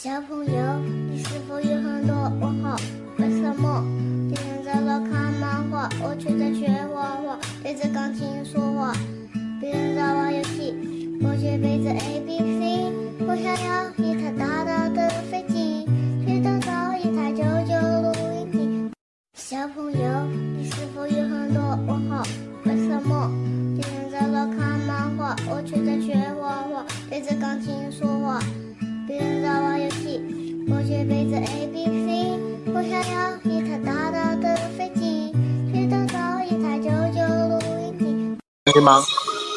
小朋友，你是否有很多问号？为什么别人在那看漫画，我却在学画画，对着钢琴说话？别人在玩游戏，我却背着 ABC。我想要一台大大的飞机，去打造一台九九录音机。小朋友，你是否有很多问号？为什么别人在那看漫画，我却在学画画，对着钢琴说话？别人在玩游戏，我却背着 ABC。我想要一台大大的飞机，去打造一台九九录音机。 可以吗？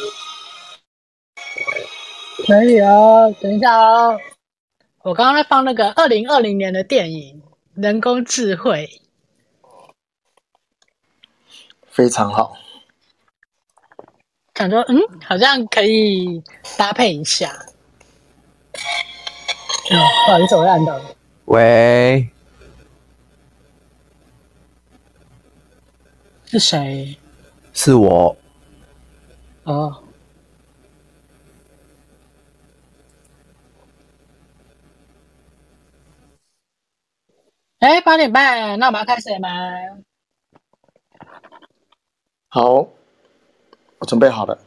可以哦，等一下哦，我刚刚在放那个2020年的电影《人工智慧》， 非常好。 想说好像可以搭配一下。不好意思，我按到了。 喂， 是谁？ 是我。 哦，8点半，那我们要开始了吗？ 好，我准备好了。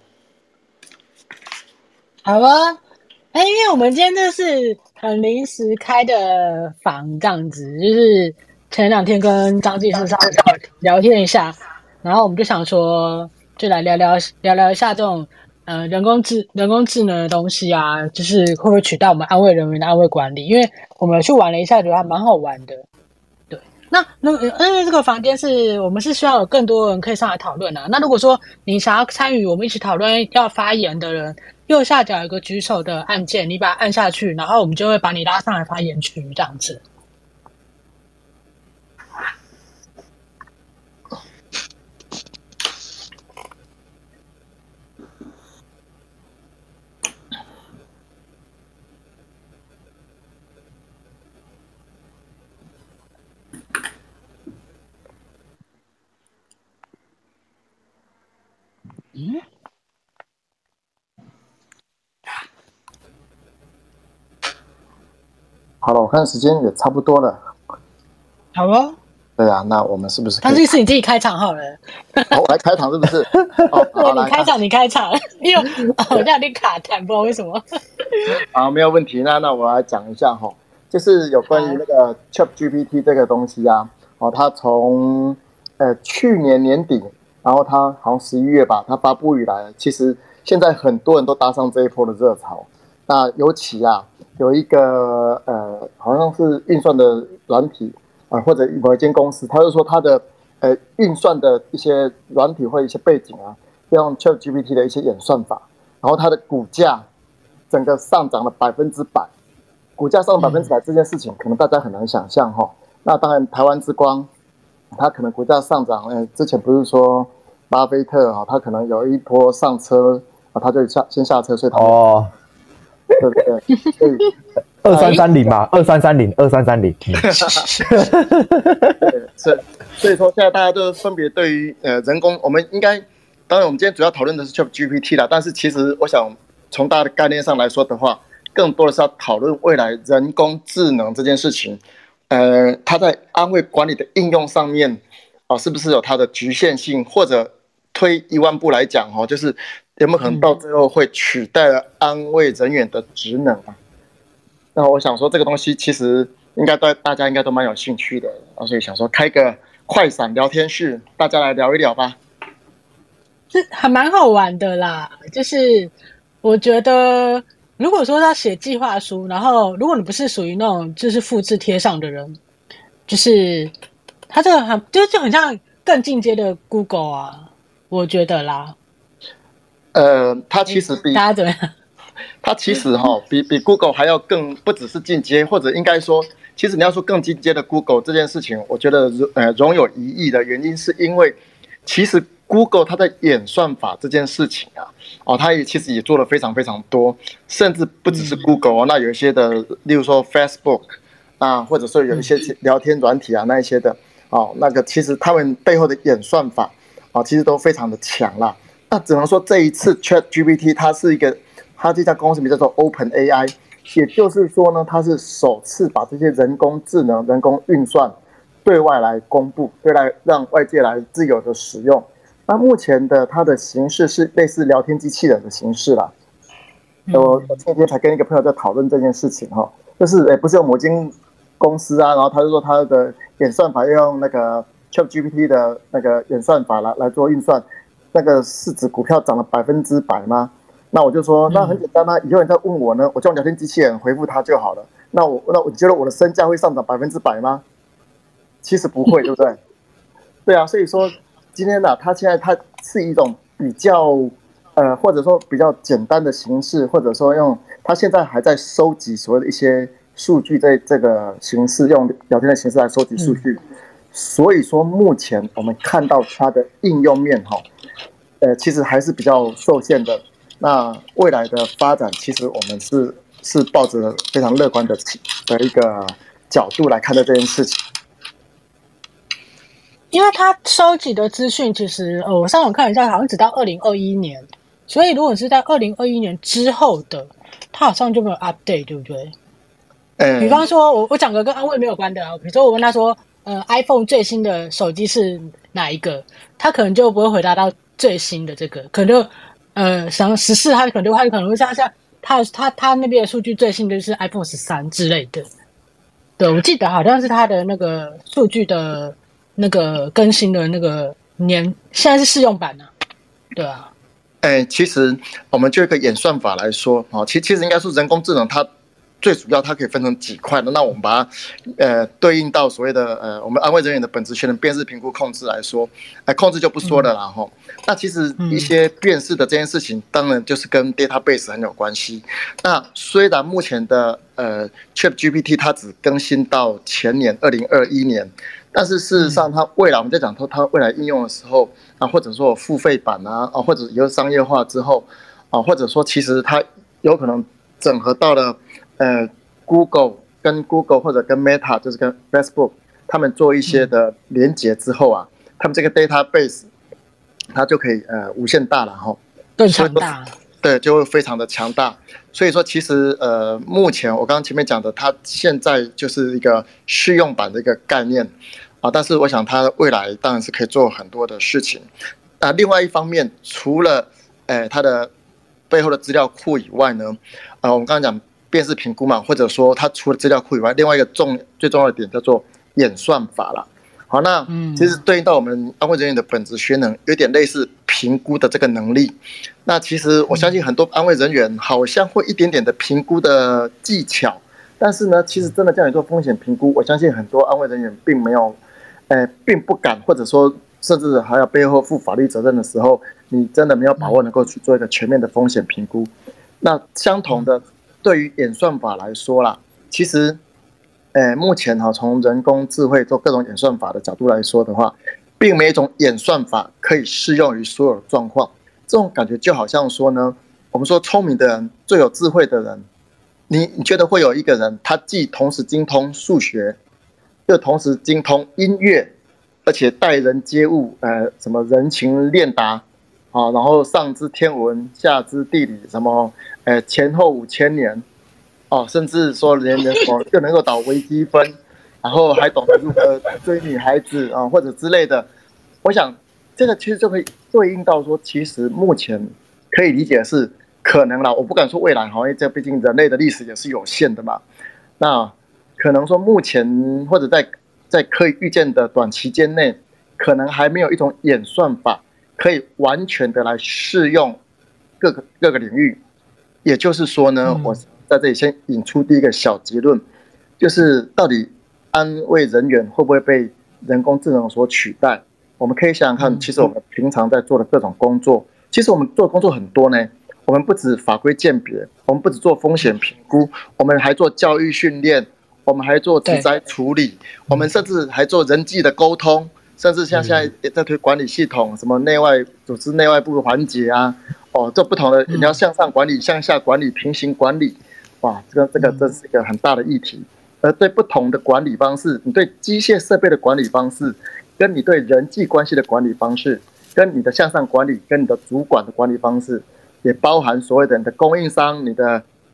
好啊。因为我们今天这是很临时开的房，这样子，就是前2天跟张技师上聊天一下，然后我们就想说，就来聊聊一下这种人工智能的东西啊，就是会不会取代我们安卫人员的安卫管理？因为我们去玩了一下，觉得还蛮好玩的。对，因为这个房间我们是需要有更多人可以上来讨论啊。那如果说你想要参与我们一起讨论要发言的人，右下角有一个举手的按键，你把它按下去，然后我们就会把你拉上来发言区，这样子。 好了，我看时间也差不多了。 好哦。 对啊，那我们是不是可以？ 张技师你自己开场好了。 我来开场是不是？好， 你开场，因为我这有点卡痰，不知道为什么。 好，没有问题。那我来讲一下哈，就是有关于那个 ChatGPT 这个东西啊。它从去年年底，然后它好像11月吧，它发布以来，其实现在很多人都搭上这一波的热潮。那尤其有一个好像是运算的软体或者某一间公司，他就说他的运算的一些软体或一些背景用 ChatGPT 的一些演算法，然后它的股价整个上涨了100%，股价上涨100%这件事情，可能大家很难想象哈。那当然，台湾之光，它可能股价上涨，之前不是说巴菲特他可能有一波上车他就先下车，所以他对不对 ？2330嘛，2330。 所以说现在大家都分别对于人工，我们应该，当然我们今天主要讨论的是 ChatGPT 啦，但是其实我想从大的概念上来说的话，更多的是要讨论未来人工智能这件事情，它在安卫管理的应用上面是不是有它的局限性，或者推1万步来讲就是有没有可能到最后会取代了安卫人员的职能啊？那我想说这个东西其实应该大家应该都蛮有兴趣的，所以想说开个快闪聊天室，大家来聊一聊吧。 这还蛮好玩的啦，就是我觉得如果说要写计划书，然后如果你不是属于那种就是复制贴上的人，就是它这个就很像更进阶的 Google 啊，我觉得啦。 它其实比大家怎么样？ 它其实比 Google 还要更不只是进阶，或者应该说，其实你要说更进阶的 Google 这件事情，我觉得容有疑义的原因是因为，其实 Google 它在演算法这件事情它其实也做了非常非常多，甚至不只是 Google 那有一些的，例如说 Facebook 或者说有一些聊天软体那一些的那个其实他们背后的演算法其实都非常的强啦。那只能说这一次 ChatGPT 它是一个，它这家公司名叫做 OpenAI， 也就是说呢，它是首次把这些人工智能、人工运算对外来公布，对外让外界来自由的使用。那目前的它的形式是类似聊天机器人的形式啦。我前几天才跟一个朋友在讨论这件事情哈，就是不是有某间公司啊，然后他就说他的演算法要用那个 ChatGPT 的那个演算法来做运算，那个市值股票涨了100%吗？那我就说那很简单啊，以后你再问我呢，我就用聊天机器人回复他就好了。那我觉得我的身价会上涨100%吗？其实不会，对不对？对啊，所以说今天呢，它现在它是一种比较或者说比较简单的形式，或者说用它现在还在收集所谓的一些数据，在这个形式用聊天的形式来收集数据。所以说目前我们看到它的应用面其实还是比较受限的。那未来的发展，其实我们是抱着非常乐观的一个角度来看待这件事情。 因为他收集的资讯，其实我上网看一下，好像只到2021年，所以如果是在2021年之后的，他好像就没有 update， 对不对？比方说我讲个跟安慰没有关的啊，比如说我问他说，iPhone 最新的手机是哪一个，他可能就不会回答到最新的这个，可能就想14，他可能会像他那边的数据最新的就是 iPhone 13之类的。对，我记得好像是他的那个数据的那个更新的那个现在是试用版啊，对啊。 其实我们就一个演算法来说，其实应该说人工智能它最主要它可以分成几块的，那我们把它对应到所谓的我们安慰人员的本质学能辨识评估控制来说，控制就不说了啦哈。那其实一些辨识的这件事情，当然就是跟 database 很有关系。那虽然目前的ChatGPT 它只更新到前年2021年，但是事实上它未来我们在讲它未来应用的时候啊，或者说付费版啊，或者以后商业化之后啊，或者说其实它有可能整合到了Google 或者跟 Meta 就是跟 Facebook 他们做一些的连结之后啊，他们这个 database 它就可以无限大了哈， 更强大。 对，就会非常的强大。所以说，其实目前我刚刚前面讲的，它现在就是一个试用版的一个概念啊，但是我想它未来当然是可以做很多的事情。另外一方面，除了它的背后的资料库以外呢，我们刚刚讲辨识评估嘛，或者说它除了资料库以外，另外一个最重要的点叫做演算法啦。好，那其实对应到我们安慰人员的本质学能，有点类似评估的这个能力。那其实我相信很多安慰人员好像会一点点的评估的技巧，但是呢，其实真的叫你做风险评估，我相信很多安慰人员并没有，并不敢，或者说甚至还要背后负法律责任的时候，你真的没有把握能够去做一个全面的风险评估。那相同的，对于演算法来说啦，其实目前从人工智慧做各种演算法的角度来说的话，并没有一种演算法可以适用于所有的状况。这种感觉就好像说呢，我们说聪明的人、最有智慧的人，你觉得会有一个人，他既同时精通数学，又同时精通音乐，而且待人接物，什么人情练达，然后上知天文，下知地理，什么前后5000年。甚至说连就能够导微积分，然后还懂得如何追女孩子啊，或者之类的。我想这个其实就可以对应到说，其实目前可以理解的是可能啦，我不敢说未来，因为这毕竟人类的历史也是有限的嘛。那可能说目前或者在可以预见的短期间内，可能还没有一种演算法可以完全的来适用各个领域。也就是说呢，我在这里先引出第一个小结论，就是到底安慰人员会不会被人工智能所取代？我们可以想想看，其实我们平常在做的各种工作，其实我们做的工作很多呢。我们不止法规鉴别，我们不止做风险评估，我们还做教育训练，我们还做职灾处理，我们甚至还做人际的沟通，甚至像现在也在推管理系统，什么内外组织内外部环节啊，这不同的你要向上管理、向下管理、平行管理。哇，这是一个很大的议题。而对不同的管理方式，你对机械设备的管理方式，跟你对人际关系的管理方式，跟你的向上管理，跟你的主管的管理方式，也包含所谓的你的供应商、你的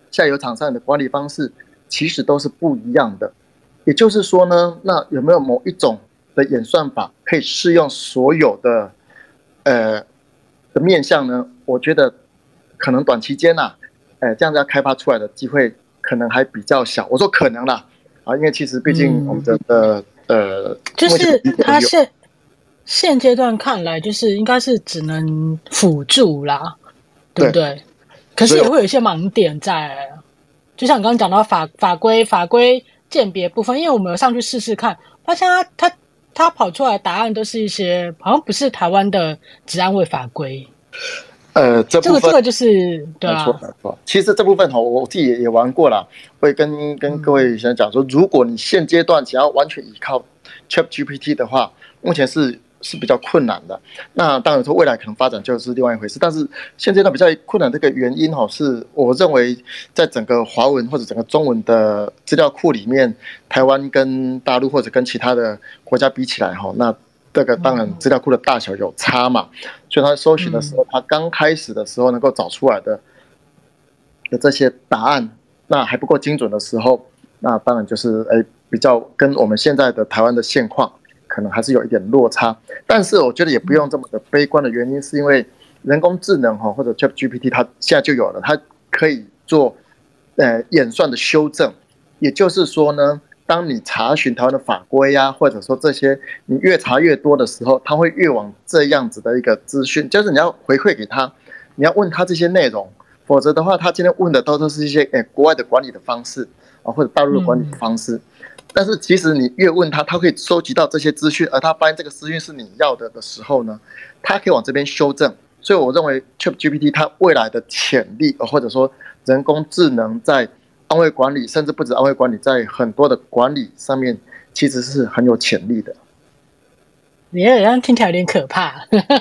下游厂商的管理方式其实都是不一样的。也就是说呢，那有没有某一种的演算法可以适用所有的的面向呢？我觉得可能短期间这样子要开发出来的机会可能还比较小。我说可能啦，因为其实毕竟我们的就是它现阶段看来，就是应该是只能辅助啦，对不对？可是也会有一些盲点在，就像你刚刚讲到法规鉴别部分，因为我们有上去试试看，发现它跑出来的答案都是一些好像不是台湾的治安卫法规。 这个就是对啊， 没错。其实这部分我自己也玩过啦，会跟各位先讲说，如果你现阶段想要完全依靠 ChatGPT 的话，目前是比较困难的。那当然说未来可能发展就是另外一回事，但是现阶段比较困难这个原因是我认为在整个华文或者整个中文的资料库里面，台湾跟大陆或者跟其他的国家比起来那这个当然资料库的大小有差嘛，所以他搜寻的时候，他刚开始的时候能够找出来的这些答案，那还不够精准的时候，那当然就是比较跟我们现在的台湾的现况可能还是有一点落差。但是我觉得也不用这么的悲观的原因，是因为人工智能或者 ChatGPT 它现在就有了，它可以做演算的修正，也就是说呢，当你查询台湾的法规或者说这些你越查越多的时候，它会越往这样子的一个资讯，就是你要回馈给他，你要问他这些内容，否则的话，他今天问的都是一些国外的管理的方式或者大陆的管理的方式。但是其实你越问他，他可以收集到这些资讯，而他发现这个资讯是你要的时候呢，他可以往这边修正。所以我认为 ChatGPT 它未来的潜力，或者说人工智能在安卫管理，甚至不止安卫管理，在很多的管理上面，其实是很有潜力的。 你好像听起来有点可怕。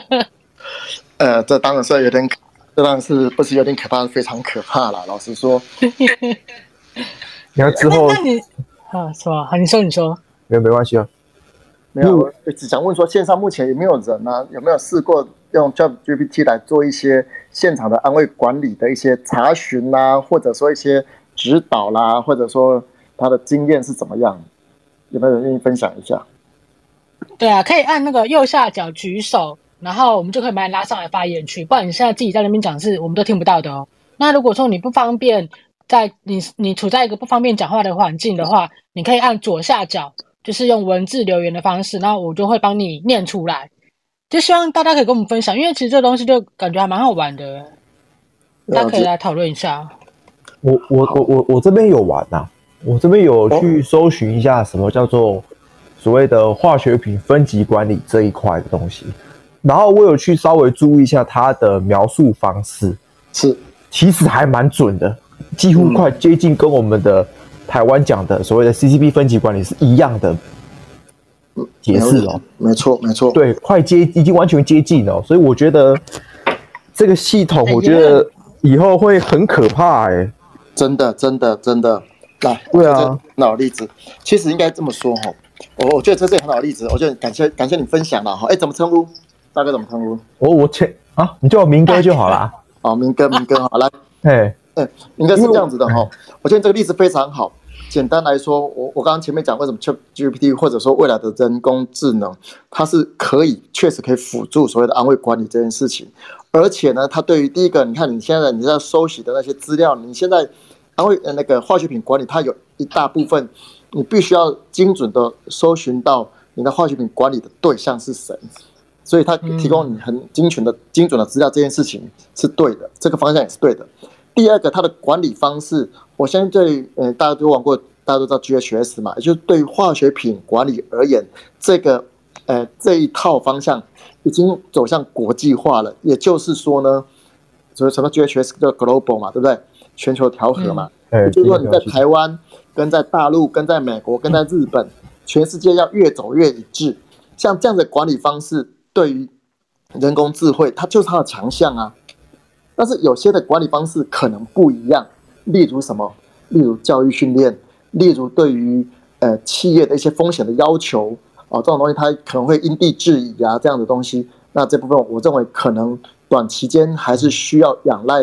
这当然是有点，这当然是不是有点可怕，非常可怕啦。老实说， 你要之后那你什么？你说， 没关系啊。 没有，只想问说，线上目前有没有人有没有试过用 ChatGPT 来做一些现场的安卫管理的一些查询或者说一些指导啦，或者说他的经验是怎么样？有没有人愿意分享一下？ 对啊，可以按那个右下角举手，然后我们就可以把你拉上来发言区。不然你现在自己在那边讲我们都听不到的哦。那如果说你不方便，你处在一个不方便讲话的环境的话，你可以按左下角，就是用文字留言的方式，然后我就会帮你念出来。就希望大家可以跟我们分享，因为其实这东西就感觉还蛮好玩的，大家可以来讨论一下。 我这边有玩我这边有去搜寻一下什么叫做所谓的化学品分级管理这一块的东西，然后我有去稍微注意一下它的描述方式，其实还蛮准的，几乎快接近跟我们的台湾讲的所谓的 CCP 分级管理是一样的解释哦。 没错， 对，已经完全接近了，所以我觉得这个系统，我觉得以后会很可怕真的。来， 对啊， 很好的例子，其实应该这么说我觉得这是很好的例子，我就感谢你分享了怎么称呼？大哥怎么称呼？ 你叫我明哥就好啦。 明哥好，来，明哥是这样子的我觉得这个例子非常好。简单来说，我刚刚前面讲为什么 ChatGPT 或者说未来的人工智能，它是确实可以辅助所谓的安卫管理这件事情，而且呢，它对于第一个，你看你现在你在收集的那些资料，你现在安卫那个化学品管理，它有一大部分你必须要精准的搜寻到你的化学品管理的对象是谁，所以它提供你很精准的资料，这件事情是对的，这个方向也是对的。第二个，它的管理方式，我相信对大家都玩过，大家都知道 GHS 嘛，也就是对于化学品管理而言，这一套方向已经走向国际化了。也就是说呢，所以什么 GHS 叫 global 嘛，对不对？全球调和嘛，也就是说你在台湾、跟在大陆、跟在美国、跟在日本，全世界要越走越一致。像这样的管理方式，对于人工智慧，它就是它的强项但是有些的管理方式可能不一样，例如什么？例如教育训练，例如对于企业的一些风险的要求这种东西它可能会因地制宜这样的东西。那这部分我认为可能短期间还是需要仰赖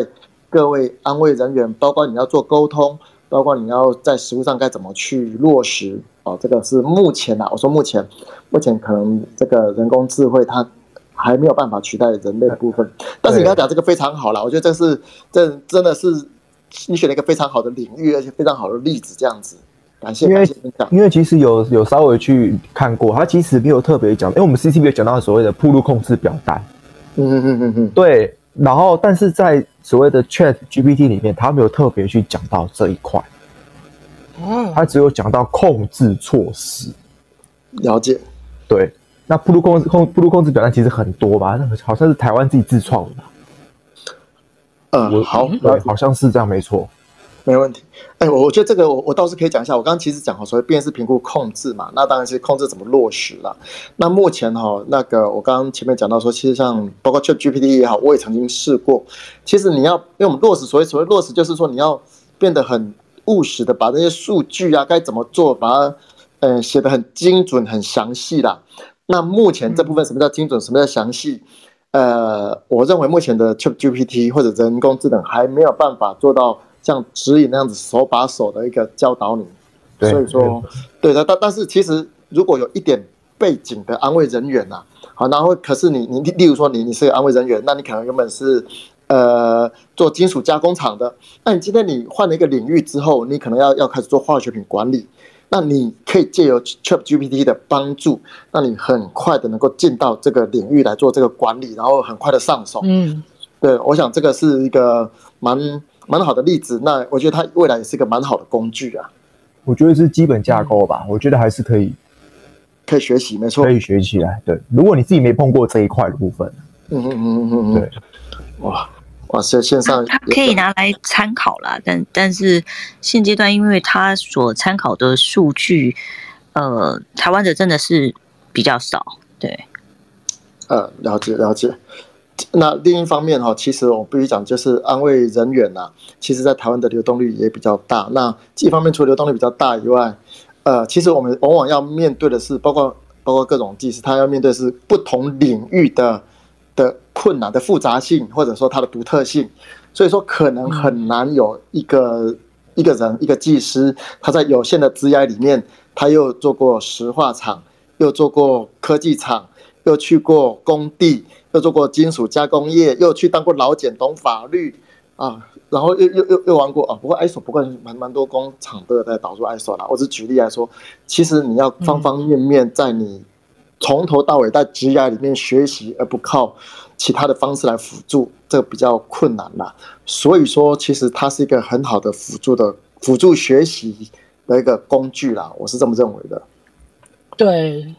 各位安卫人员，包括你要做沟通，包括你要在实务上该怎么去落实哦。这个是目前我说目前可能这个人工智慧它还没有办法取代人类的部分。但是你刚才讲这个非常好啦，我觉得这真的是你选了一个非常好的领域，而且非常好的例子，这样子。感谢分享。 因为其实有稍微去看过，他其实没有特别讲，因为我们 CCP 有讲到所谓的铺路控制表单，对，然后但是在所谓的 Chat GPT 里面，他没有特别去讲到这一块，他只有讲到控制措施。 了解。 对，那铺路控制表单其实很多吧，那好像是台湾自己自创的吧。 好， 对，好像是这样，没错。 没问题。我觉得这个我倒是可以讲一下。我刚刚其实讲所谓辨识、评估、控制嘛，那当然是控制怎么落实啦。那目前那个我刚刚前面讲到说，其实像包括 ChatGPT 也好，我也曾经试过。其实你要，因为我们落实所谓落实，就是说你要变得很务实的，把这些数据该怎么做，把它写得很精准、很详细啦。那目前这部分什么叫精准，什么叫详细？我认为目前的 ChatGPT 或者人工智能还没有办法做到像指引那样子手把手的一个教导你。所以说，对的，但是其实如果有一点背景的安卫人员好，然后可是你例如说你是个安卫人员，那你可能原本是做金属加工厂的，那你今天你换了一个领域之后，你可能要开始做化学品管理。那你可以借由 ChatGPT 的帮助，那你很快的能够进到这个领域来做这个管理，然后很快的上手。对，我想这个是一个蛮好的例子。那我觉得它未来也是一个蛮好的工具啊。 我觉得是基本架构吧，我觉得还是可以学习，没错， 可以学起来。对，如果你自己没碰过这一块的部分，对， 哇，线上它可以拿来参考啦，但是现阶段，因为它所参考的数据，台湾的真的是比较少，对。 了解。那另一方面其实我必须讲，就是安卫人员其实在台湾的流动率也比较大。那一方面除了流动率比较大以外，其实我们往往要面对的是，包括各种技师，他要面对的是不同领域的困难的复杂性，或者说它的独特性，所以说可能很难有一个人一个技师，他在有限的职涯里面，他又做过石化厂，又做过科技厂，又去过工地，又做过金属加工业，又去当过劳检，懂法律然后又玩过不过 ISO 不过蛮多工厂都有在导入 ISO 啦。我只举例来说，其实你要方方面面在你从头到尾在职涯里面学习，而不靠其他的方式来辅助，这个比较困难啦。所以说，其实它是一个很好的辅助学习的一个工具啦，我是这么认为的。 对。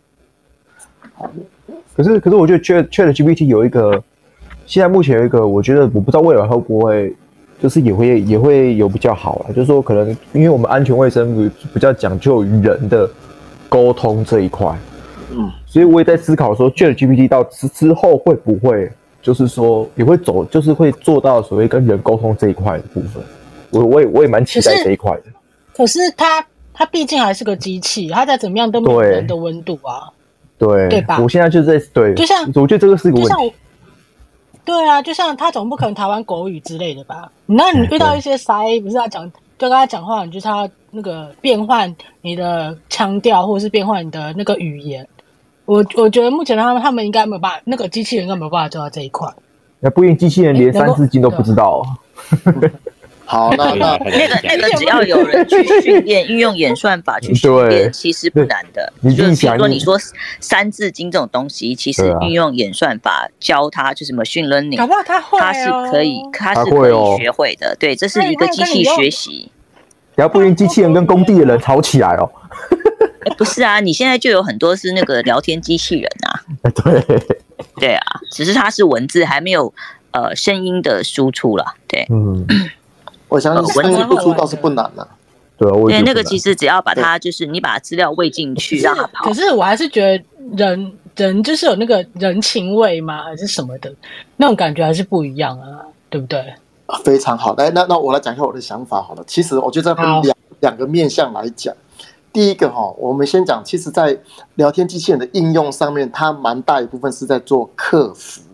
可是我觉得 ChatGPT 有一个，现在目前有一个，我觉得我不知道未来会不会，就是也会有比较好啦，就是说可能因为我们安全卫生比较讲究于人的沟通这一块。所以我也在思考说 ，ChatGPT 到之后会不会，就是说也会走，就是会做到所谓跟人沟通这一块的部分。我也蛮期待这一块的。 可是它毕竟还是个机器，它再怎么样都没有人的温度啊。对吧？ 我现在就在就像我觉得这个是一个问题。 对啊，就像他总不可能台湾国语之类的吧？那你遇到一些不是要讲，就跟他讲话，你就是要那个变换你的腔调，或者是变换你的那个语言。我觉得目前他们应该没有办法，那个机器人应该没有办法做到这一块。 那不一定，机器人连3字经都不知道。 好，那个只要有人去训练，运用演算法去训练，其实不难的。就是比如说你说3字经这种东西，其实运用演算法教它，就是 machine learning， 搞不好它是可以学会的。对，这是一个机器学习。 要不然机器人跟工地的人吵起来哦。 不是啊，你现在就有很多是那个聊天机器人啊。对啊，只是它是文字，还没有声音的输出啦。对， 我相信声音输出倒是不难啦。 对，那个其实只要把它，就是你把资料喂进去，让它跑。 可是我还是觉得人就是有那个人情味嘛，还是什么的，那种感觉还是不一样啊，对不对？ 非常好，那我来讲一下我的想法好了。其实我觉得分两个面向来讲。第一个我们先讲，其实在聊天机器人的应用上面，它蛮大一部分是在做客服。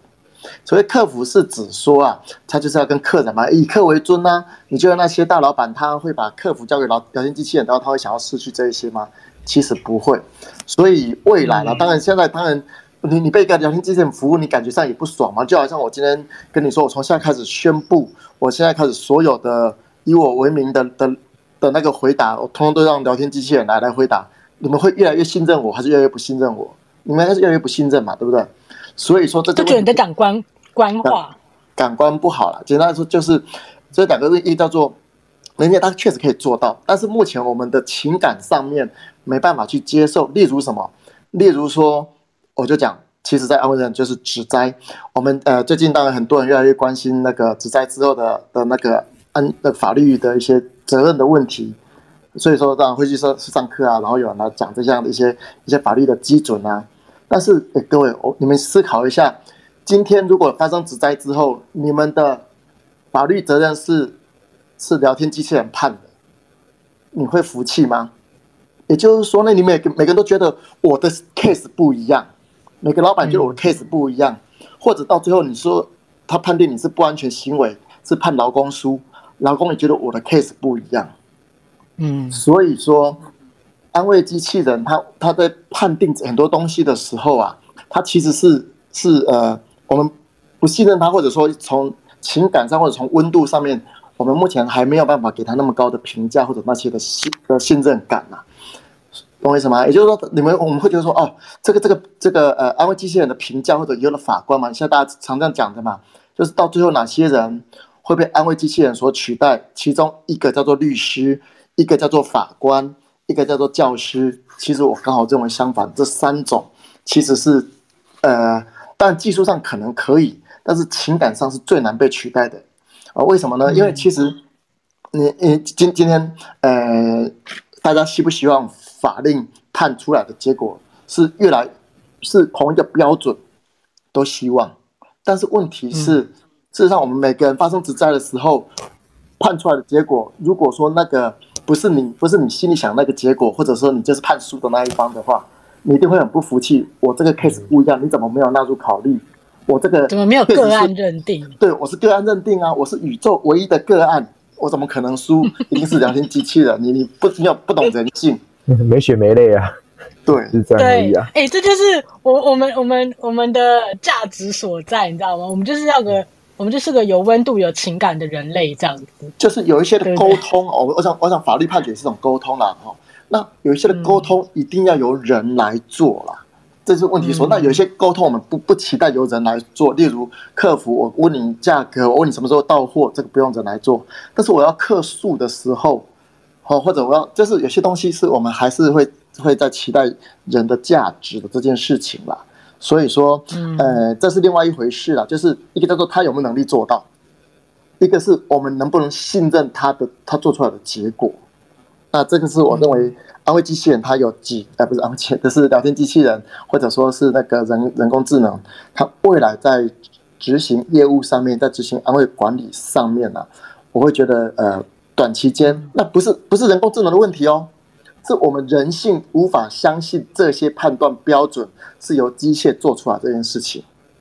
所谓客服是指说啊，他就是要跟客人嘛，以客为尊啊。你觉得那些大老板他会把客服交给聊天机器人，然后他会想要失去这一些吗？其实不会。所以未来啦，当然现在当然你被一个聊天机器人服务，你感觉上也不爽嘛。就好像我今天跟你说，我从现在开始宣布，我现在开始所有的以我为名的那个回答，我通通都让聊天机器人来回答。你们会越来越信任我，还是越来越不信任我？你们还是越来越不信任嘛，对不对？所以说这就觉得你的感官化， 感官不好了。简单来说，就是这两个一叫做人家他确实可以做到，但是目前我们的情感上面没办法去接受。例如什么？例如说，我就讲，其实在安慰人就是职灾。我们最近当然很多人越来越关心那个职灾之后的那个法律的一些责任的问题。所以说当然会去上课啊，然后有人来讲这样的一些法律的基准啊。但是各位，你们思考一下，今天如果发生职灾之后，你们的法律责任是聊天机器人判的，你会服气吗？也就是说呢，你们每个人都觉得我的 case 不一样，每个老板觉得我的 case 不一样，或者到最后你说他判定你是不安全行为，是判劳工书，劳工也觉得我的 case 不一样。所以说，安慰机器人他在判定很多东西的时候啊，他其实是我们不信任他，或者说从情感上或者从温度上面，我们目前还没有办法给他那么高的评价或者那些的信任感啊，懂我意思吗？也就是说，我们会觉得说，哦，这个安慰机器人的评价或者有了法官嘛，现在大家常这样讲的嘛，就是到最后哪些人会被安慰机器人所取代，其中一个叫做律师。一个叫做法官，一个叫做教师。其实我刚好认为相反，这三种其实是但技术上可能可以，但是情感上是最难被取代的为什么呢？因为其实你今天大家希不希望法令判出来的结果是是同一个标准，都希望。但是问题是，事实上我们每个人发生职灾的时候，判出来的结果，如果说那个不是你心里想那个结果，或者说你就是判输的那一方的话，你一定会很不服气。我这个 case 不一样，你怎么没有纳入考虑？我这个怎么没有个案认定？ 对，我是个案认定啊，我是宇宙唯一的个案，我怎么可能输？一定是聊天机器人，你不懂人性， 没血没泪啊。 对， 是这样而已啊。 这就是我们的价值所在，你知道吗？我们就是个有温度、有情感的人类，这样子。 就是有一些的沟通我想法律判决是一种沟通啦那有一些的沟通一定要由人来做啦，这是问题所。那有一些沟通我们不期待由人来做，例如客服，我问你价格，我问你什么时候到货，这个不用人来做。但是我要客诉的时候，或者就是有些东西是我们还是会在期待人的价值的这件事情啦。所以说，这是另外一回事啦，就是一个叫做他有没有能力做到，一个是我们能不能信任他做出来的结果。那这个是我认为安慰机器人它有不是安慰机器人，就是聊天机器人，或者说是那个人工智能，它未来在执行业务上面，在执行安慰管理上面呢，我会觉得短期间那不是人工智能的问题哦。是我们人性无法相信这些判断标准是由机械做出来这件事情。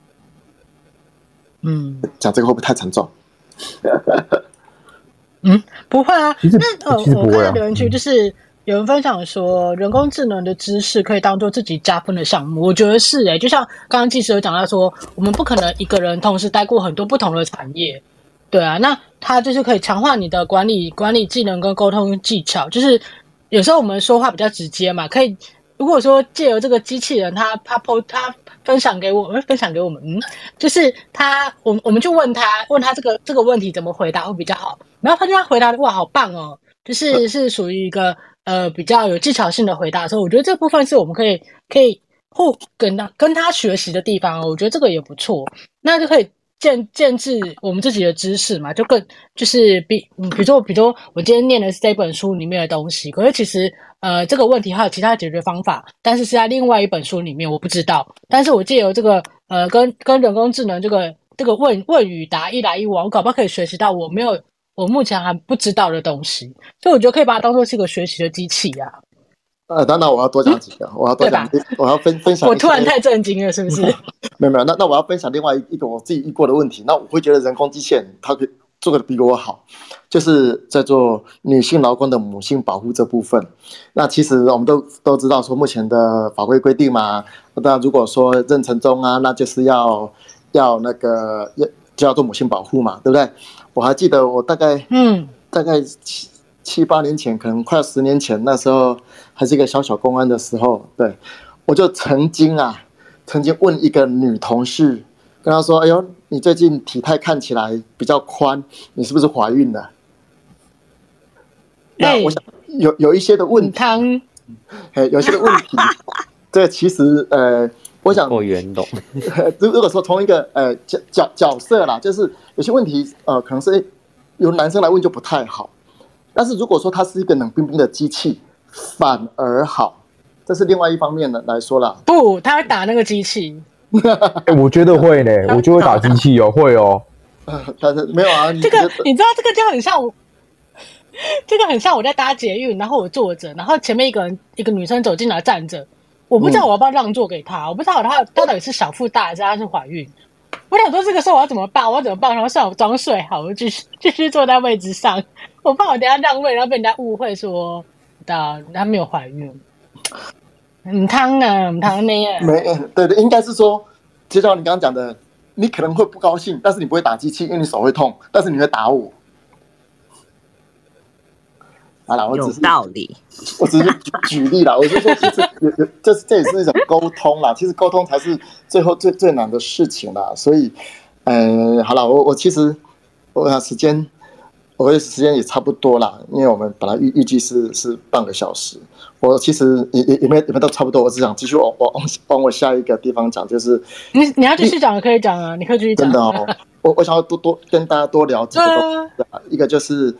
讲这个会不会太沉重？ 不会啊。 其实我看到留言区就是有人分享说，人工智能的知识可以当做自己加分的项目。我觉得是就像刚刚技师有讲到说，我们不可能一个人同时待过很多不同的产业。对啊，那它就是可以强化你的管理技能跟沟通技巧，就是有时候我们说话比较直接嘛，可以如果说借由这个机器人，他分享给我们，就是我们就问他这个问题怎么回答会比较好，然后发现他回答的哇好棒哦，是属于一个比较有技巧性的回答的时候，我觉得这部分是我们可以跟他学习的地方我觉得这个也不错，那就可以建制我们自己的知识嘛，就是比如说我今天念的是这本书里面的东西，可是其实这个问题还有其他解决方法，但是在另外一本书里面我不知道，但是我借由这个跟人工智能这个问与答一来一往，我搞不好可以学习到我目前还不知道的东西，所以我觉得可以把它当作是一个学习的机器啊。 当然我要多讲几个，我要多讲，我要分享。 我突然太震惊了，是不是？ 没有，那我要分享另外一个我自己遇过的问题。那我会觉得人工机器人它可以做的比我好，就是在做女性劳工的母性保护这部分。那其实我们都知道说目前的法规规定嘛，那如果说妊娠中啊，那就是要那个就要做母性保护嘛，对不对？我还记得我大概7、8年前，可能快10年前，那时候还是一个小公安的时候，对，我就曾经问一个女同事，跟她说：“哎呦，你最近体态看起来比较宽，你是不是怀孕了？”那我想有一些的问题，有些的问题，这其实我想够圆懂。 如果说从一个角色啦，就是有些问题可能是由男生来问就不太好，但是如果说它是一个冷冰冰的机器，反而好，这是另外一方面的来说啦。 不，他会打那个机器。 我觉得会呢，我就会打机器哦，会哦。 但是没有啊， 这个你知道，这个就很像我。这个很像我在搭捷运，然后我坐着，然后前面一个女生走进来站着，我不知道我要不要让座给她，我不知道她到底是小腹大还是她是怀孕。我想说这个时候我要怎么办？然后算我装睡好，我继续坐在位置上，我怕我等一下让位，然后被人家误会说她没有怀孕。唔汤啊，唔汤那样。 对，应该是说，就像你刚刚讲的，你可能会不高兴，但是你不会打机器，因为你手会痛，但是你会打我。好啦， 有道理。 我只是举例啦，我就说其实这也是一种沟通啦。其实沟通才是最后最难的事情啦。所以，好啦，我其实我想时间也差不多啦，因为我们本来预计是半个小时。我其实也没都差不多，我只想继续往我下一个地方讲，就是你要继续讲可以讲啊，你可以继续讲。 真的哦，我想要多跟大家多聊几个东西啊。一个就是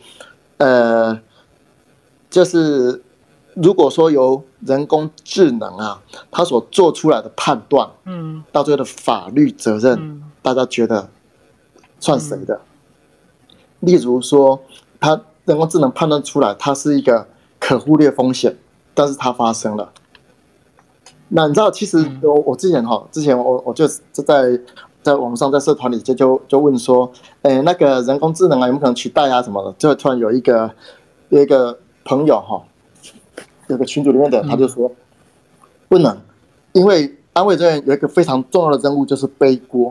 就是如果说由人工智能啊，它所做出来的判断，到最后的法律责任，大家觉得算谁的？例如说，它人工智能判断出来，它是一个可忽略风险，但是它发生了。那你知道，其实我之前我就在网上在社团里就问说，那个人工智能啊有没有可能取代啊什么的？就突然有一个朋友有个群组里面的，他就说不能，因为安卫人员有一个非常重要的任务，就是背锅。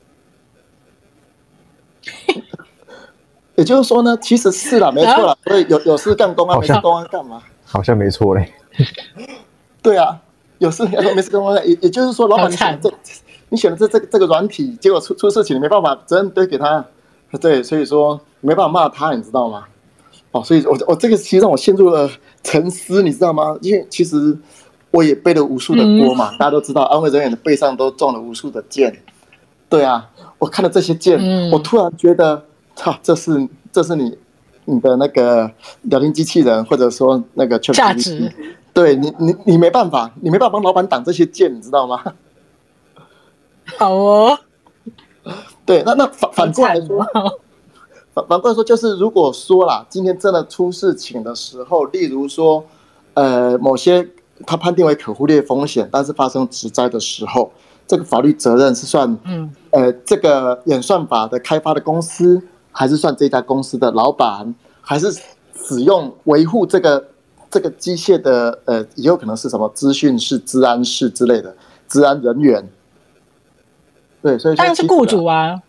也就是说呢，其实是啦，没错啦，所以有事干公安，没事公安干嘛？ 好像没错嘞。 对啊，有事没事公安，也就是说，老板你选的这个软体，结果出事情，你没办法责任堆给他，对，所以说没办法骂他，你知道吗？所以我这个其实让我陷入了沉思，你知道吗？因为其实我也背了无数的锅嘛，大家都知道，安卫人员的背上都中了无数的箭。对啊，我看了这些箭，我突然觉得，这是你的那个聊天机器人，或者说那个价值。 对你没办法，帮老板挡这些箭，你知道吗？ 好哦。 对，那反过来说。反过来说，就是如果说啦，今天真的出事情的时候，例如说，某些他判定为可忽略风险，但是发生职灾的时候，这个法律责任是算，这个演算法的开发的公司，还是算这家公司的老板，还是使用维护这个机械的，以后可能是什么资讯室、治安室之类的治安人员？对，所以说当然是雇主啊。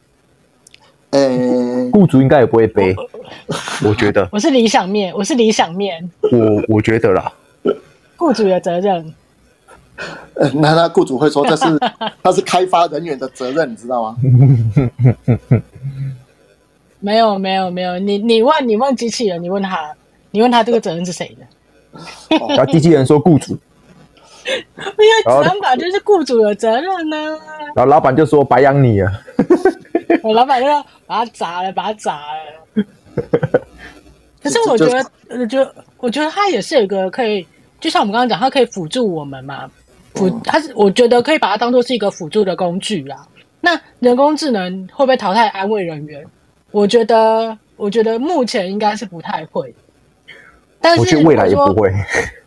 雇主应该也不会背，我觉得。 我是理想面。 我觉得啦， 雇主的责任。 那雇主会说他是开发人员的责任，你知道吗？ 没有，你问机器人，你问他这个责任是谁的？ 然后机器人说雇主。 因为治安法就是雇主的责任呢。 然后老板就说白养你了。 我老板就说把它砸了。可是我觉得它也是有一个可以，就像我们刚刚讲，它可以辅助我们嘛。我觉得可以把它当作是一个辅助的工具啦。那人工智能会不会淘汰安卫人员？我觉得目前应该是不太会。但是我觉得未来也不会。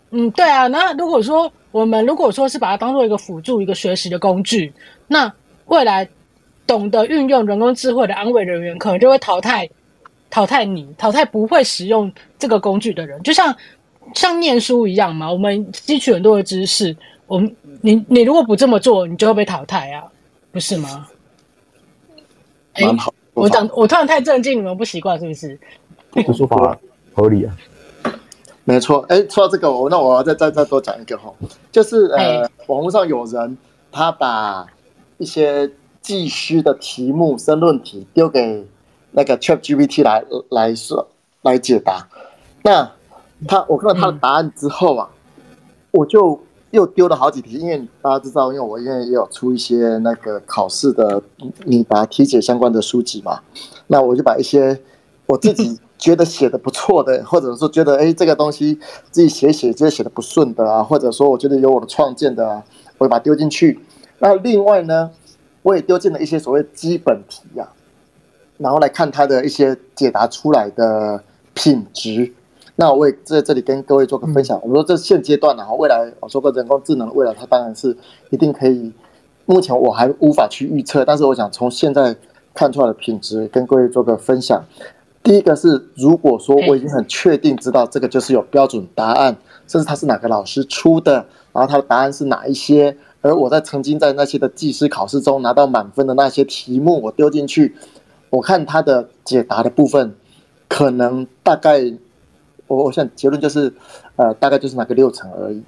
对啊。那如果说是把它当做一个辅助、一个学习的工具，那未来懂得运用人工智慧的安慰人员，可能就会淘汰不会使用这个工具的人，就像念书一样嘛。我们吸取很多的知识，你如果不这么做，你就会被淘汰啊，不是吗？ 蛮好。 我突然太正经，你们不习惯是不是？ 这说法合理啊。 没错。说到这个，那我要再多讲一个哈，就是网络上有人他把一些技师的题目、申论题丢给那个 ChatGPT 来解答。那我看到他的答案之后啊，我就又丢了好几题，因为大家知道，因为我也有出一些那个考试的你答题解相关的书籍嘛，那我就把一些我自己觉得写的不错的，或者说觉得这个东西自己写觉得写的不顺的啊，或者说我觉得有我的创建的啊，我就把它丢进去。那另外呢，我也丢进了一些所谓基本题啊，然后来看它的一些解答出来的品质。那我也在这里跟各位做个分享。我们说这现阶段未来我说过人工智能的未来，它当然是一定可以，目前我还无法去预测，但是我想从现在看出来的品质跟各位做个分享。第一个是，如果说我已经很确定知道这个就是有标准答案，甚至它是哪个老师出的，然后它的答案是哪一些，而我曾经在那些的技师考试中拿到满分的那些题目，我丢进去，我看它的解答的部分，可能大概我想结论就是大概就是拿个6成而已。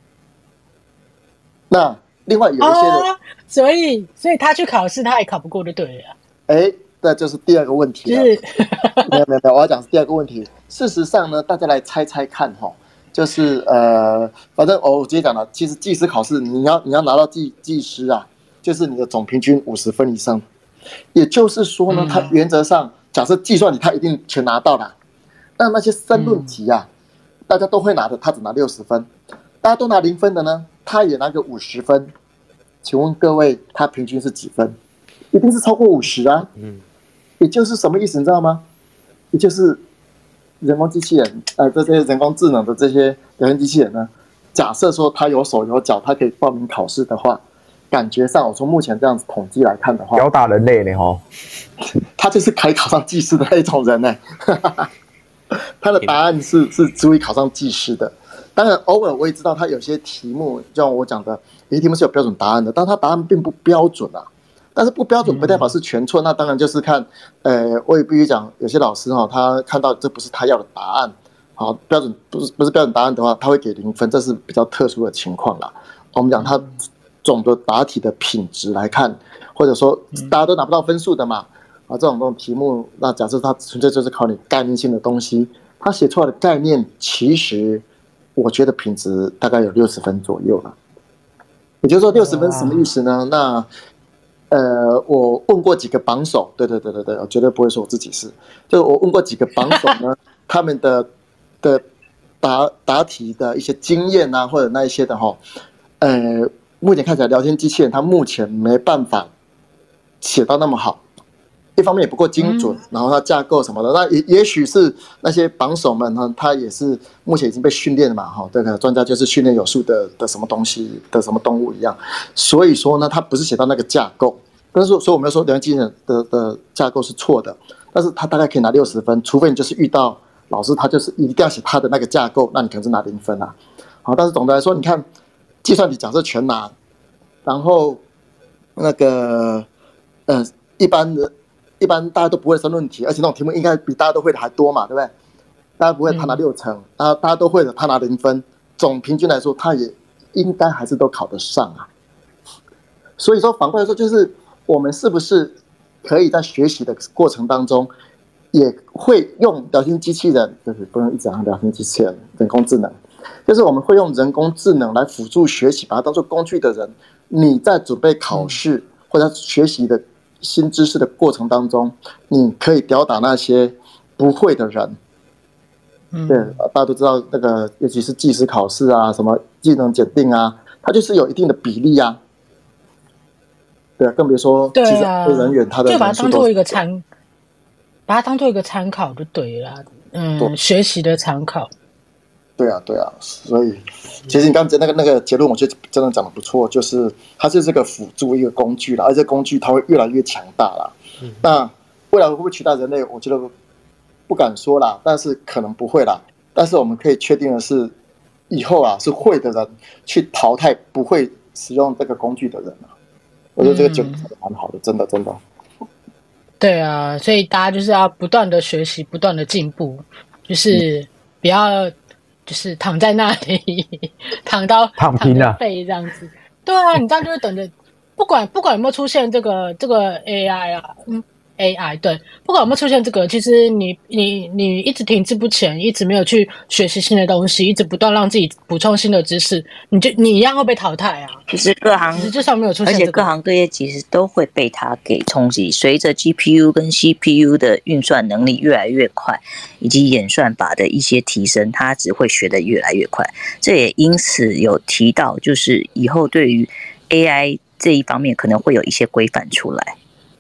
那另外有一些的所以他去考试他也考不过就对了。 这就是第二个问题了。没有，我要讲是第二个问题。事实上呢，大家来猜猜看就是反正我直接讲了，其实技师考试你要拿到技师啊，就是你的总平均50分以上。也就是说呢，它原则上假设计算题它一定全拿到了，那些申论题啊，大家都会拿的，他只拿60分；大家都拿0分的呢，他也拿个50分。请问各位，他平均是几分？一定是超过50啊。也就是什么意思，你知道吗？也就是人工机器人，这些人工智能的这些聊天机器人呢，假设说他有手有脚，他可以报名考试的话，感觉上我从目前这样子统计来看的话， 吊打人类呢他就是可以考上技师的那种人呢。他的答案是足以考上技师的。当然，偶尔我也知道他有些题目，就像我讲的，有些题目是有标准答案的，但他答案并不标准啊。但是不标准不代表是全错，那当然就是看，我也必须讲，有些老师他看到这不是他要的答案，好，标准不是标准答案的话，他会给0分，这是比较特殊的情况啦。我们讲他总的答题的品质来看，或者说大家都拿不到分数的嘛，这种题目，那假设他纯粹就是考你概念性的东西，他写出来的概念，其实我觉得品质大概有60分左右了。也就是说60分是什么意思呢？那我问过几个榜首，对，我绝对不会说我自己是，就我问过几个榜首呢，他们的答题的一些经验啊，或者那一些的目前看起来聊天机器人它目前没办法写到那么好，一方面也不够精准，然后它架构什么的，那也许是那些榜首们呢，他也是目前已经被训练了嘛，这个专家就是训练有素的什么东西的什么动物一样，所以说呢，他不是写到那个架构，但是所以我们要说聊天机器人的架构是错的，但是他大概可以拿60分，除非你就是遇到老师他就是一定要写他的那个架构，那你可能是拿0分啊。好，但是总的来说，你看计算题假设全拿，然后那个一般大家都不会申论题，而且那种题目应该比大家都会的还多嘛，对不对？大家不会他拿6成，大家都会的他拿0分，总平均来说他也应该还是都考得上啊。所以说反过来说，就是我们是不是可以在学习的过程当中，也会用聊天机器人，就是不能一直讲聊天机器人、人工智能，就是我们会用人工智能来辅助学习，把它当作工具的人，你在准备考试或者学习的新知识的过程当中，你可以吊打那些不会的人。对，大家都知道那个，尤其是技师考试啊，什么技能检定啊，它就是有一定的比例啊。对啊，更别说其实人员他的就把它当做一个参考就对了，学习的参考。 对啊，对啊，所以其实你刚才那个结论，我觉得真的讲得不错，就是它就是个辅助一个工具啦，而这工具它会越来越强大啦。那未来会不会取代人类？我觉得不敢说啦，但是可能不会啦。但是我们可以确定的是，以后啊是会的人去淘汰不会使用这个工具的人啊。我觉得这个结论蛮好的，真的真的。 对啊，所以大家就是要不断的学习，不断的进步，就是不要就是躺在那里躺平了废这样子。对啊，你这样就会等着，不管有没有出现这个 AI 啊，AI 对，不管有没有出现这个，其实你一直停滞不前，一直没有去学习新的东西，一直不断让自己补充新的知识，你一样会被淘汰啊。 其实各行实际上没有出现、 而且各行各业其实都会被它给冲击。随着 GPU 跟 CPU 的运算能力越来越快，以及演算法的一些提升，它只会学得越来越快。这也因此有提到，就是以后对于 AI 这一方面可能会有一些规范出来。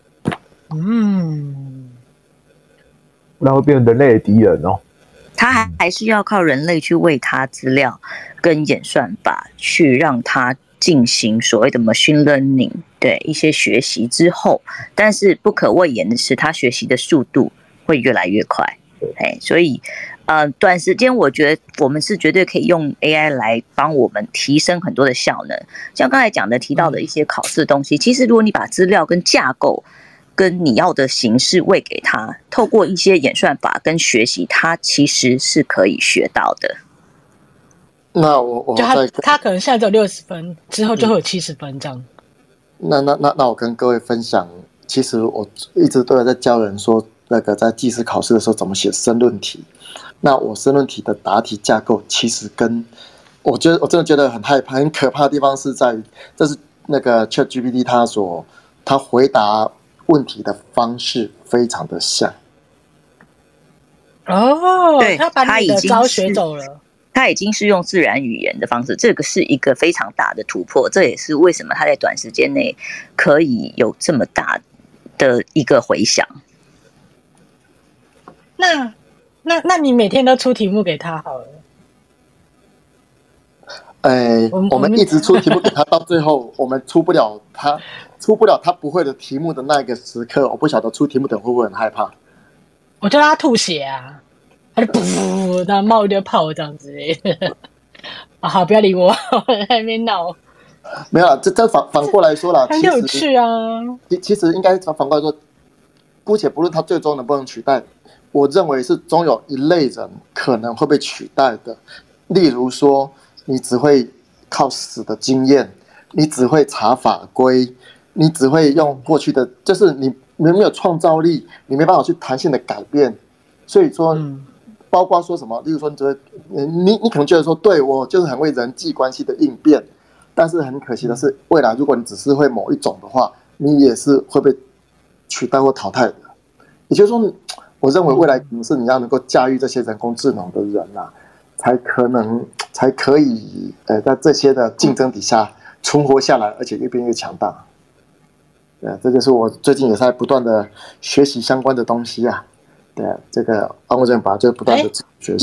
那会变成人类的敌人哦。 它还是要靠人类去喂它资料跟演算法，去让它进行所谓的 machine learning， 对一些学习之后，但是不可讳言的是，它学习的速度会越来越快。所以短时间我觉得我们是绝对可以用 AI 来帮我们提升很多的效能。像刚才讲的提到的一些考试的东西，其实如果你把资料跟架构跟你要的形式喂给他，透过一些演算法跟学习，他其实是可以学到的。 那我就他可能现在只有60分，之后就会有70分这样。 那我跟各位分享，其实我一直都有在教人说，那个在技师考试的时候怎么写申论题。那我申论题的答题架构，其实跟我真的觉得很害怕、很可怕的地方是在于，这是那个 ChatGPT 他回答问题的方式非常的像。 对，他把你的招学走了。 他已经是用自然语言的方式，这个是一个非常大的突破，这也是为什么他在短时间内可以有这么大的一个回响。 那你每天都出题目给他好了。 我们一直出题目给他，到最后我们出不了他不会的题目的那个时刻，我不晓得出题目的人会不会很害怕。 我叫他吐血啊，他就噗，然后冒一堆泡这样子。好，不要理我，我在那边闹。 没有啦，这反过来说啦， 很有趣啊。 其实应该反过来说，姑且不论他最终能不能取代，我认为是总有一类人可能会被取代的。例如说，你只会靠死的经验，你只会查法规，你只会用过去的，就是你没有创造力，你没办法去弹性的改变。所以说，包括说什么，例如说，你可能觉得说，对我就是很会人际关系的应变，但是很可惜的是，未来如果你只是会某一种的话，你也是会被取代或淘汰的。也就是说，我认为未来可能是你要能够驾驭这些人工智能的人啊，才可以在这些的竞争底下存活下来，而且越变越强大。这就是我最近也在不断的学习相关的东西啊。对，这个安慰症法就不断的学习。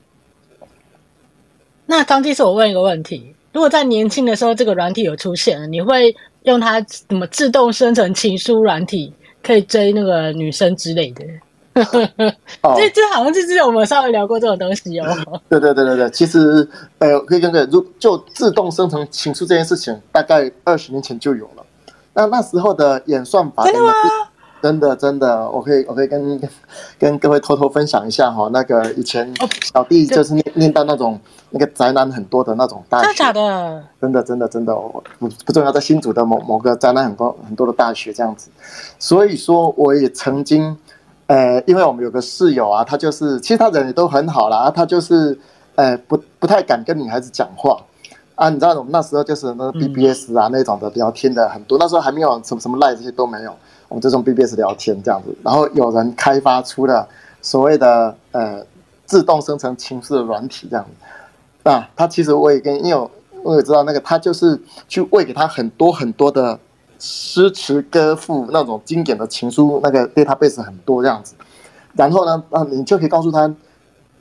那张技师，我问一个问题：如果在年轻的时候这个软体有出现，你会用它怎么自动生成情书软体，可以追那个女生之类的？这好像就是我们稍微聊过这种东西哦。 对，其实可以跟就自动生成情书这件事情，大概20年前就有了。那时候的演算法， 真的吗？ 真的，我可以跟各位偷偷分享一下哈。那个以前小弟就是念到那个宅男很多的那种大学， 真的假的？ 真的，不重要，在新竹的某个宅男很多的大学这样子。所以说，我也曾经，因为我们有个室友啊，他就是其实他人也都很好啦，他就是不太敢跟女孩子讲话。你知道我们那时候就是那个 BBS 啊那种的聊天的很多，那时候还没有什么 Line 这些都没有，我们就用 BBS 聊天这样子。然后有人开发出了所谓的自动生成情书的软体这样子。他其实我也因为我也知道那个他就是去喂给他很多很多的诗词歌赋那种经典的情书，那个 database 很多这样子。然后呢，你就可以告诉他，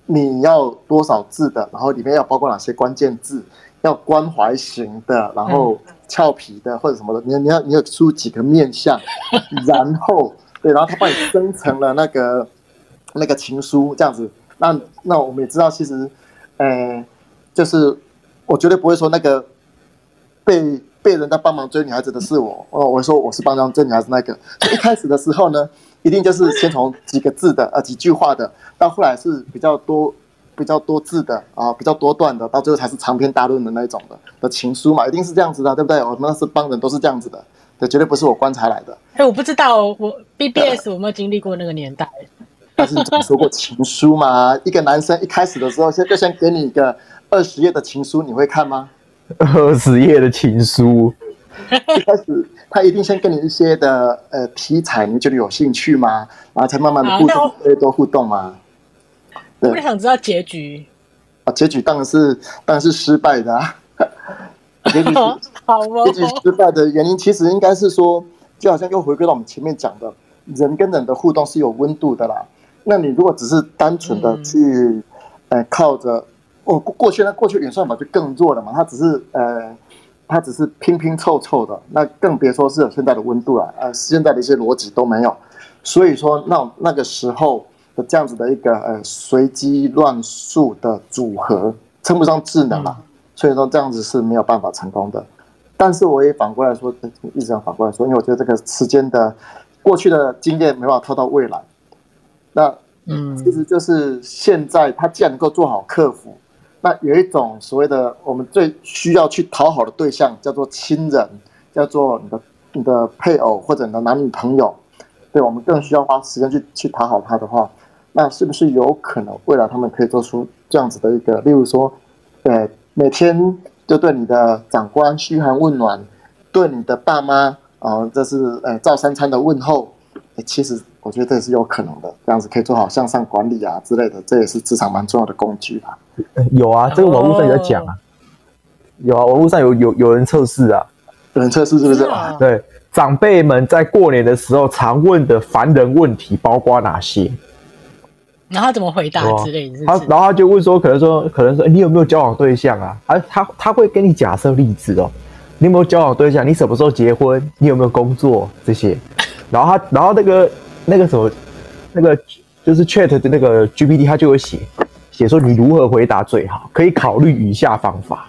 你要多少字的，然后里面要包括哪些关键字，要关怀型的，然后俏皮的或者什么的，你有出几个面向，然后对，然后他帮你生成了那个情书这样子。那我们也知道，其实，就是我绝对不会说那个被人家帮忙追女孩子的是我，我说我是帮忙追女孩子那个。所以一开始的时候呢，一定就是先从几个字的几句话的，到后来是比较多字的啊，比较多段的，到最后才是长篇大论的那种的情书嘛，一定是这样子的，对不对？我们那是帮人都是这样子的，对，绝对不是我观察来的。 我不知道我 BBS 有没有经历过那个年代。 但是你说过情书吗？一个男生一开始的时候就先给你一个20页的情书，你会看吗 ？20页的情书， 一开始他一定先跟你一些的题材，你觉得有兴趣吗？然后才慢慢的互动，多互动嘛。 我也想知道结局。 结局当然是失败的啊。结局失败的原因，其实应该是说，就好像又回归到我们前面讲的，人跟人的互动是有温度的啦。那你如果只是单纯的去，靠着过去演算法就更弱了嘛，它只是拼拼凑凑的，那更别说是有现在的温度了，现在的一些逻辑都没有。所以说那个时候的这样子的一个随机乱数的组合，称不上智能啦。所以说这样子是没有办法成功的。但是我也反过来说，一直想反过来说，因为我觉得这个时间的过去的经验没办法套到未来。那其实就是现在他既然能够做好客服，那有一种所谓的我们最需要去讨好的对象叫做亲人，叫做你的配偶或者你的男女朋友，对，我们更需要花时间去讨好他的话，那是不是有可能未来他们可以做出这样子的一个，例如说每天就对你的长官嘘寒问暖，对你的爸妈这是照三餐的问候，其实我觉得这也是有可能的，这样子可以做好向上管理啊之类的，这也是职场蛮重要的工具啦。 有啊，这个网络上有在讲啊，有啊，网络上有人测试啊， 有人测试是不是？ 对，长辈们在过年的时候常问的烦人问题包括哪些？ 然后他怎么回答之类的是不是？ 然后他就问说，可能说，你有没有交往对象啊？他会给你假设例子哦，你有没有交往对象？你什么时候结婚？你有没有工作？这些，然后那个什么，那个就是 Chat 的那个 GPT， 他就会写说你如何回答最好，可以考虑以下方法。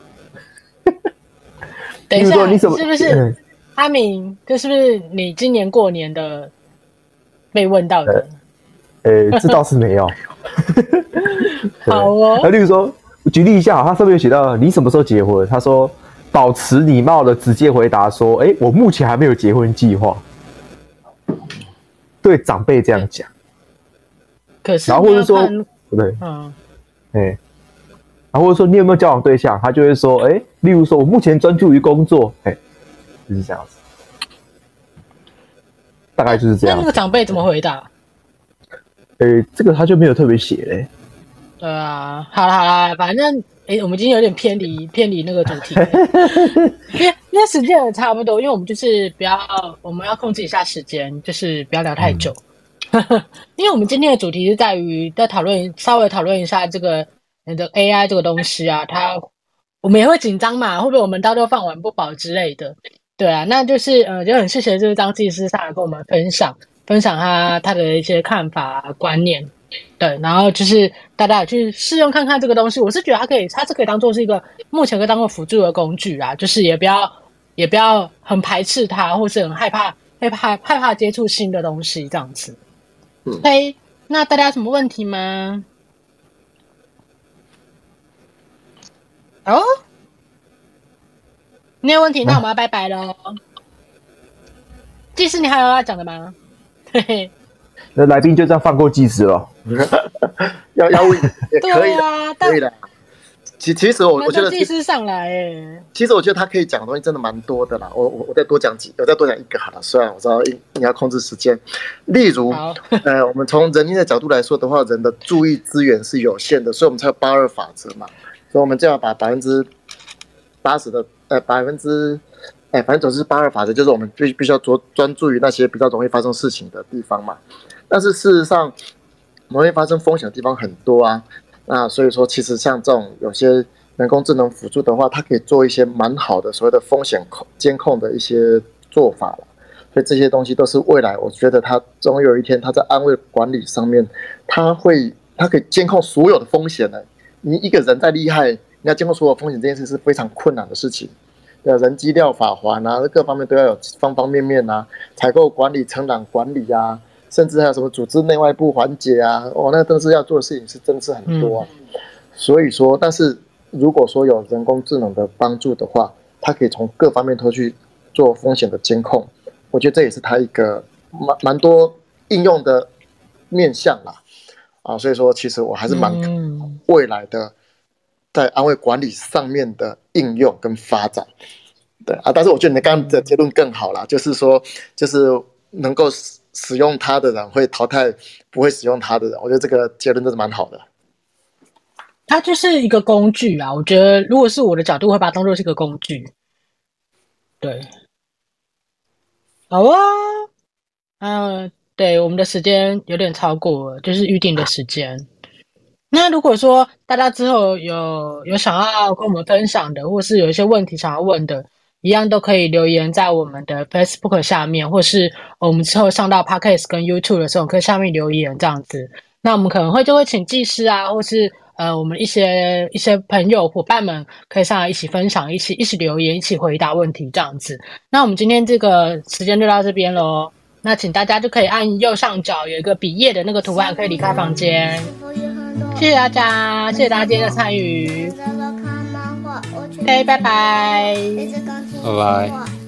等一下，你是不是阿明？这是不是你今年过年的被问到的？ 这倒是没有。 好哦。 例如说，举例一下，他上面有写到你什么时候结婚？他说保持礼貌的直接回答说，我目前还没有结婚计划。对长辈这样讲。 可是， 然后或者说，对，然后或者说你有没有交往对象？他就会说，例如说我目前专注于工作，就是这样子。大概就是这样。 那个长辈怎么回答？ 这个他就没有特别写嘞。 对啊，好啦，反正我们今天有点偏离那个主题，因为时间也差不多，因为我们就是我们要控制一下时间，就是不要聊太久。因为我们今天的主题是在于稍微讨论一下这个你的 AI 这个东西啊，我们也会紧张嘛，会不会我们到时候饭碗不保之类的？对啊，那就是就很谢谢就是张技师上来跟我们分享他的一些看法观念，对，然后就是大家也去试用看看这个东西，我是觉得它是可以当做是一个目前可以当做辅助的工具啊，就是也不要很排斥它，或是很害怕接触新的东西这样子。那大家有什么问题吗？没有问题，那我们要拜拜咯。技师，你还有要讲的吗？ 那来宾就这样放过技师了。 要问也可以啊， 可以的。其实我觉得技师上来其实我觉得他可以讲的东西真的蛮多的啦。我再多讲一个好了。虽然我知道你要控制时间，例如我们从人力的角度来说的话，人的注意资源是有限的，所以我们才有82法则嘛。所以我们就要把80%的反正总是82法则，就是我们必须要专注于那些比较容易发生事情的地方嘛。但是事实上，容易发生风险的地方很多啊。 那所以说，其实像这种有些人工智能辅助的话，它可以做一些蛮好的所谓的风险监控的一些做法了。所以这些东西都是未来，我觉得它总有一天，它在安危管理上面，它可以监控所有的风险的。你一个人再厉害，你要监控所有风险这件事是非常困难的事情。人机料法环啊，各方面都要有方方面面啊，采购管理、承揽管理啊，甚至还有什么组织内外部环节啊，那真的是要做的事情是真的是很多啊。所以说，但是如果说有人工智能的帮助的话，它可以从各方面都去做风险的监控，我觉得这也是它一个蛮多应用的面向啦。所以说其实我还是蛮未来的在安危管理上面的应用跟发展。对但是我觉得你刚刚的结论更好啦，就是说就是能够使用它的人会淘汰不会使用它的人，我觉得这个结论真是蛮好的。 它就是一个工具啊，我觉得如果是我的角度会把它当作是一个工具。对，好啊，对，我们的时间有点超过了，就是预定的时间。那如果说大家之后有想要跟我们分享的，或是有一些问题想要问的，一样都可以留言在我们的 Facebook 下面，或是我们之后上到 Podcast 跟 YouTube 的时候，可以下面留言这样子。那我们可能就会请技师啊，或是我们一些朋友伙伴们可以上来一起分享，一起留言，一起回答问题这样子。那我们今天这个时间就到这边咯。那请大家就可以按右上角有一个笔页的那个图案，可以离开房间。谢谢大家，谢谢大家今天的参与。OK， 拜拜。 拜拜。